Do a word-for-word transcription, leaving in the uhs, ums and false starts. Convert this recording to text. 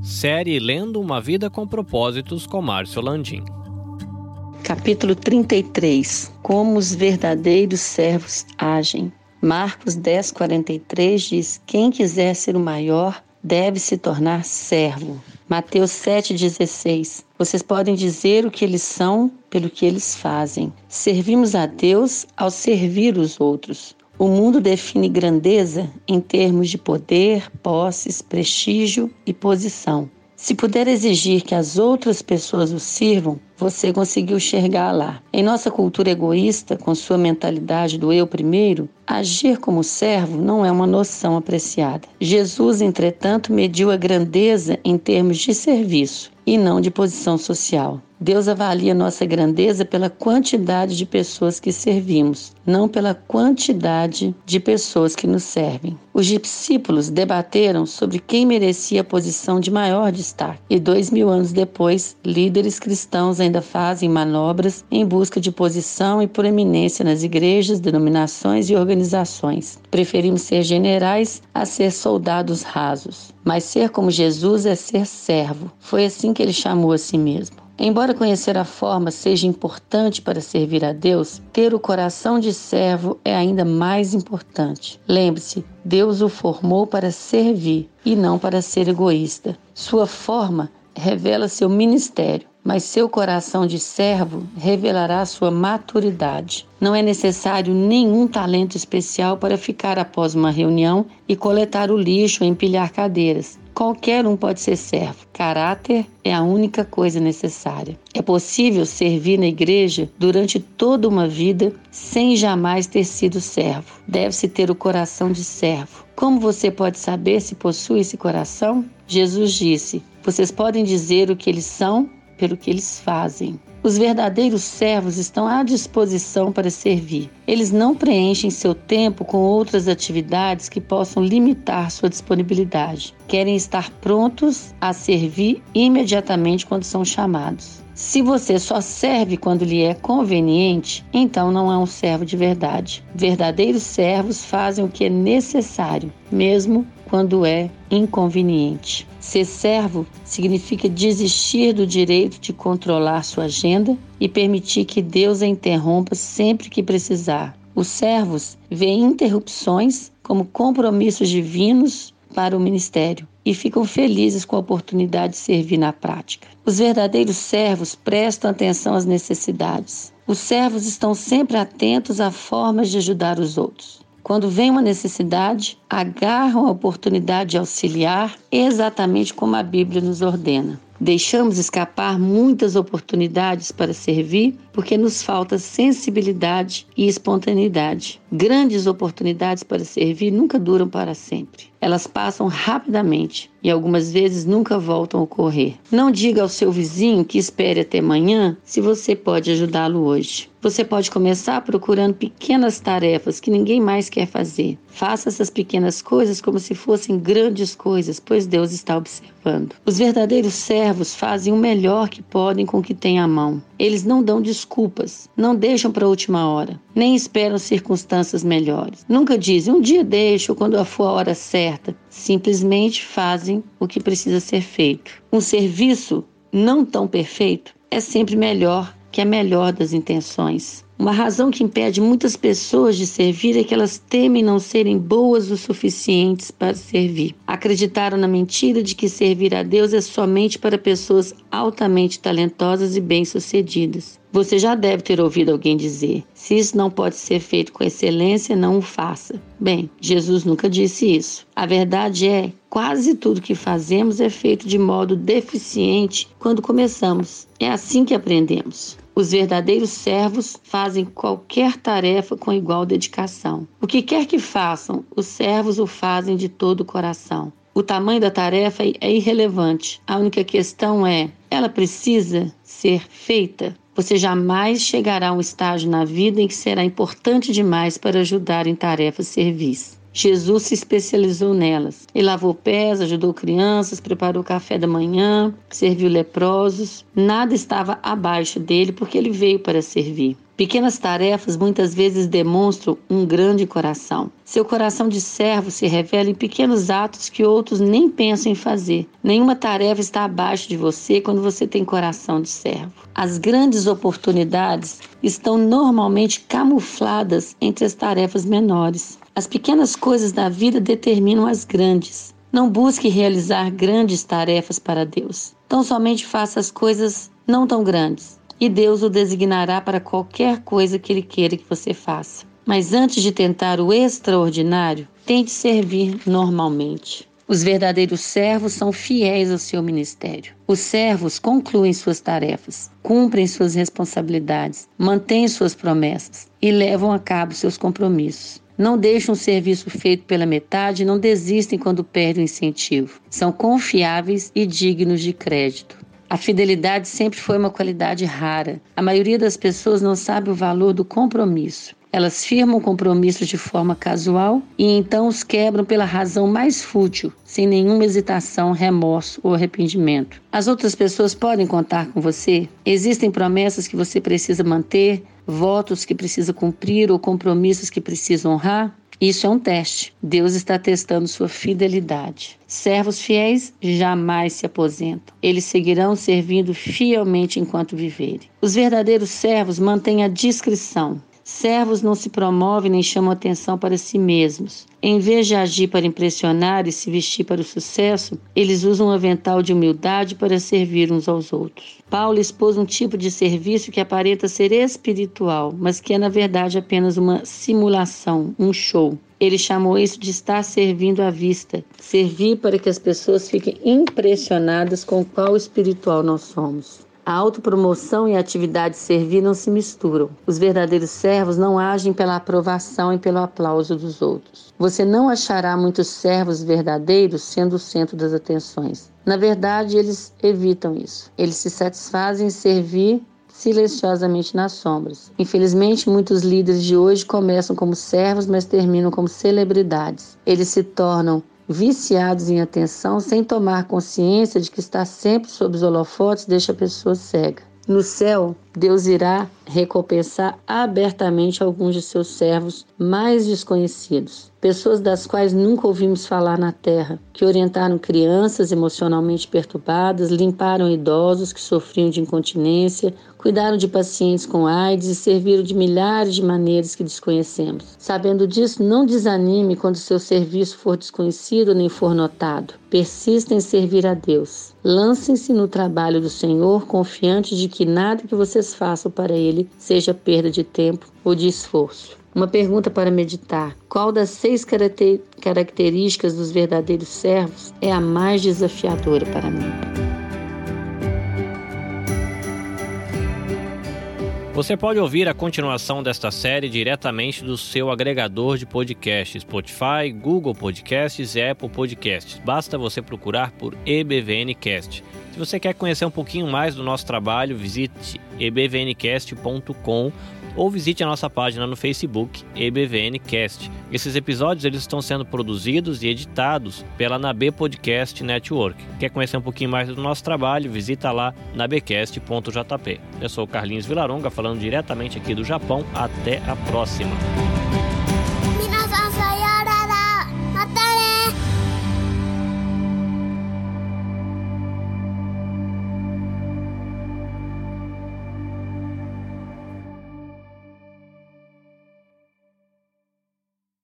Série Lendo uma Vida com Propósitos com Márcio Landim. Capítulo trinta e três. Como os verdadeiros servos agem. Marcos dez, quarenta e três diz: quem quiser ser o maior deve se tornar servo. Mateus sete, dezesseis. Vocês podem dizer o que eles são pelo que eles fazem. Servimos a Deus ao servir os outros. O mundo define grandeza em termos de poder, posses, prestígio e posição. Se puder exigir que as outras pessoas o sirvam, você conseguiu chegar lá. Em nossa cultura egoísta, com sua mentalidade do eu primeiro, agir como servo não é uma noção apreciada. Jesus, entretanto, mediu a grandeza em termos de serviço e não de posição social. Deus avalia nossa grandeza pela quantidade de pessoas que servimos, não pela quantidade de pessoas que nos servem. Os discípulos debateram sobre quem merecia a posição de maior destaque. E dois mil anos depois, líderes cristãos ainda fazem manobras em busca de posição e proeminência nas igrejas, denominações e organizações. Preferimos ser generais a ser soldados rasos. Mas ser como Jesus é ser servo. Foi assim que ele chamou a si mesmo. Embora conhecer a forma seja importante para servir a Deus, ter o coração de servo é ainda mais importante. Lembre-se, Deus o formou para servir e não para ser egoísta. Sua forma revela seu ministério, mas seu coração de servo revelará sua maturidade. Não é necessário nenhum talento especial para ficar após uma reunião e coletar o lixo ou empilhar cadeiras. Qualquer um pode ser servo. Caráter é a única coisa necessária. É possível servir na igreja durante toda uma vida sem jamais ter sido servo. Deve-se ter o coração de servo. Como você pode saber se possui esse coração? Jesus disse: vocês podem dizer o que eles são pelo que eles fazem. Os verdadeiros servos estão à disposição para servir. Eles não preenchem seu tempo com outras atividades que possam limitar sua disponibilidade. Querem estar prontos a servir imediatamente quando são chamados. Se você só serve quando lhe é conveniente, então não é um servo de verdade. Verdadeiros servos fazem o que é necessário, mesmo quando é inconveniente. Ser servo significa desistir do direito de controlar sua agenda e permitir que Deus a interrompa sempre que precisar. Os servos veem interrupções como compromissos divinos para o ministério e ficam felizes com a oportunidade de servir na prática. Os verdadeiros servos prestam atenção às necessidades. Os servos estão sempre atentos a formas de ajudar os outros. Quando vem uma necessidade, agarram a oportunidade de auxiliar exatamente como a Bíblia nos ordena. Deixamos escapar muitas oportunidades para servir porque nos falta sensibilidade e espontaneidade. Grandes oportunidades para servir nunca duram para sempre. Elas passam rapidamente e algumas vezes nunca voltam a ocorrer. Não diga ao seu vizinho que espere até amanhã se você pode ajudá-lo hoje. Você pode começar procurando pequenas tarefas que ninguém mais quer fazer. Faça essas pequenas coisas como se fossem grandes coisas, pois Deus está observando. Os verdadeiros servos fazem o melhor que podem com o que têm à mão. Eles não dão desculpas, não deixam para a última hora, nem esperam circunstâncias melhores. Nunca dizem, um dia deixo ou quando for a hora certa. Simplesmente fazem o que precisa ser feito. Um serviço não tão perfeito é sempre melhor que a melhor das intenções. Uma razão que impede muitas pessoas de servir é que elas temem não serem boas o suficientes para servir. Acreditaram na mentira de que servir a Deus é somente para pessoas altamente talentosas e bem-sucedidas. Você já deve ter ouvido alguém dizer: se isso não pode ser feito com excelência, não o faça. Bem, Jesus nunca disse isso. A verdade é, quase tudo que fazemos é feito de modo deficiente quando começamos. É assim que aprendemos. Os verdadeiros servos fazem qualquer tarefa com igual dedicação. O que quer que façam, os servos o fazem de todo o coração. O tamanho da tarefa é irrelevante. A única questão é, ela precisa ser feita? Você jamais chegará a um estágio na vida em que será importante demais para ajudar em tarefas servis. Jesus se especializou nelas. Ele lavou pés, ajudou crianças, preparou café da manhã, serviu leprosos. Nada estava abaixo dele porque ele veio para servir. Pequenas tarefas muitas vezes demonstram um grande coração. Seu coração de servo se revela em pequenos atos que outros nem pensam em fazer. Nenhuma tarefa está abaixo de você quando você tem coração de servo. As grandes oportunidades estão normalmente camufladas entre as tarefas menores. As pequenas coisas da vida determinam as grandes. Não busque realizar grandes tarefas para Deus. Tão somente faça as coisas não tão grandes, e Deus o designará para qualquer coisa que Ele queira que você faça. Mas antes de tentar o extraordinário, tente servir normalmente. Os verdadeiros servos são fiéis ao seu ministério. Os servos concluem suas tarefas, cumprem suas responsabilidades, mantêm suas promessas e levam a cabo seus compromissos. Não deixam um serviço feito pela metade e não desistem quando perdem o incentivo. São confiáveis e dignos de crédito. A fidelidade sempre foi uma qualidade rara. A maioria das pessoas não sabe o valor do compromisso. Elas firmam compromissos de forma casual e então os quebram pela razão mais fútil, sem nenhuma hesitação, remorso ou arrependimento. As outras pessoas podem contar com você? Existem promessas que você precisa manter, votos que precisa cumprir ou compromissos que precisa honrar? Isso é um teste. Deus está testando sua fidelidade. Servos fiéis jamais se aposentam. Eles seguirão servindo fielmente enquanto viverem. Os verdadeiros servos mantêm a discrição. Servos não se promovem nem chamam atenção para si mesmos. Em vez de agir para impressionar e se vestir para o sucesso, eles usam um avental de humildade para servir uns aos outros. Paulo expôs um tipo de serviço que aparenta ser espiritual, mas que é na verdade apenas uma simulação, um show. Ele chamou isso de estar servindo à vista, servir para que as pessoas fiquem impressionadas com o qual espiritual nós somos. A autopromoção e a atividade de servir não se misturam. Os verdadeiros servos não agem pela aprovação e pelo aplauso dos outros. Você não achará muitos servos verdadeiros sendo o centro das atenções. Na verdade, eles evitam isso. Eles se satisfazem em servir silenciosamente nas sombras. Infelizmente, muitos líderes de hoje começam como servos, mas terminam como celebridades. Eles se tornam viciados em atenção, sem tomar consciência de que estar sempre sob os holofotes deixa a pessoa cega. No céu, Deus irá recompensar abertamente alguns de seus servos mais desconhecidos. Pessoas das quais nunca ouvimos falar na terra, que orientaram crianças emocionalmente perturbadas, limparam idosos que sofriam de incontinência, cuidaram de pacientes com AIDS e serviram de milhares de maneiras que desconhecemos. Sabendo disso, não desanime quando seu serviço for desconhecido nem for notado. Persista em servir a Deus. Lancem-se no trabalho do Senhor, confiantes de que nada que vocês façam para Ele seja perda de tempo ou de esforço. Uma pergunta para meditar. Qual das seis caracter- características dos verdadeiros servos é a mais desafiadora para mim? Você pode ouvir a continuação desta série diretamente do seu agregador de podcasts, Spotify, Google Podcasts e Apple Podcasts. Basta você procurar por E B V N Cast. Se você quer conhecer um pouquinho mais do nosso trabalho, visite e b v n cast ponto com ou visite a nossa página no Facebook, E B V N Cast. Esses episódios eles estão sendo produzidos e editados pela Nabê Podcast Network. Quer conhecer um pouquinho mais do nosso trabalho? Visita lá nabecast ponto j p. Eu sou o Carlinhos Vilaronga, falando diretamente aqui do Japão. Até a próxima!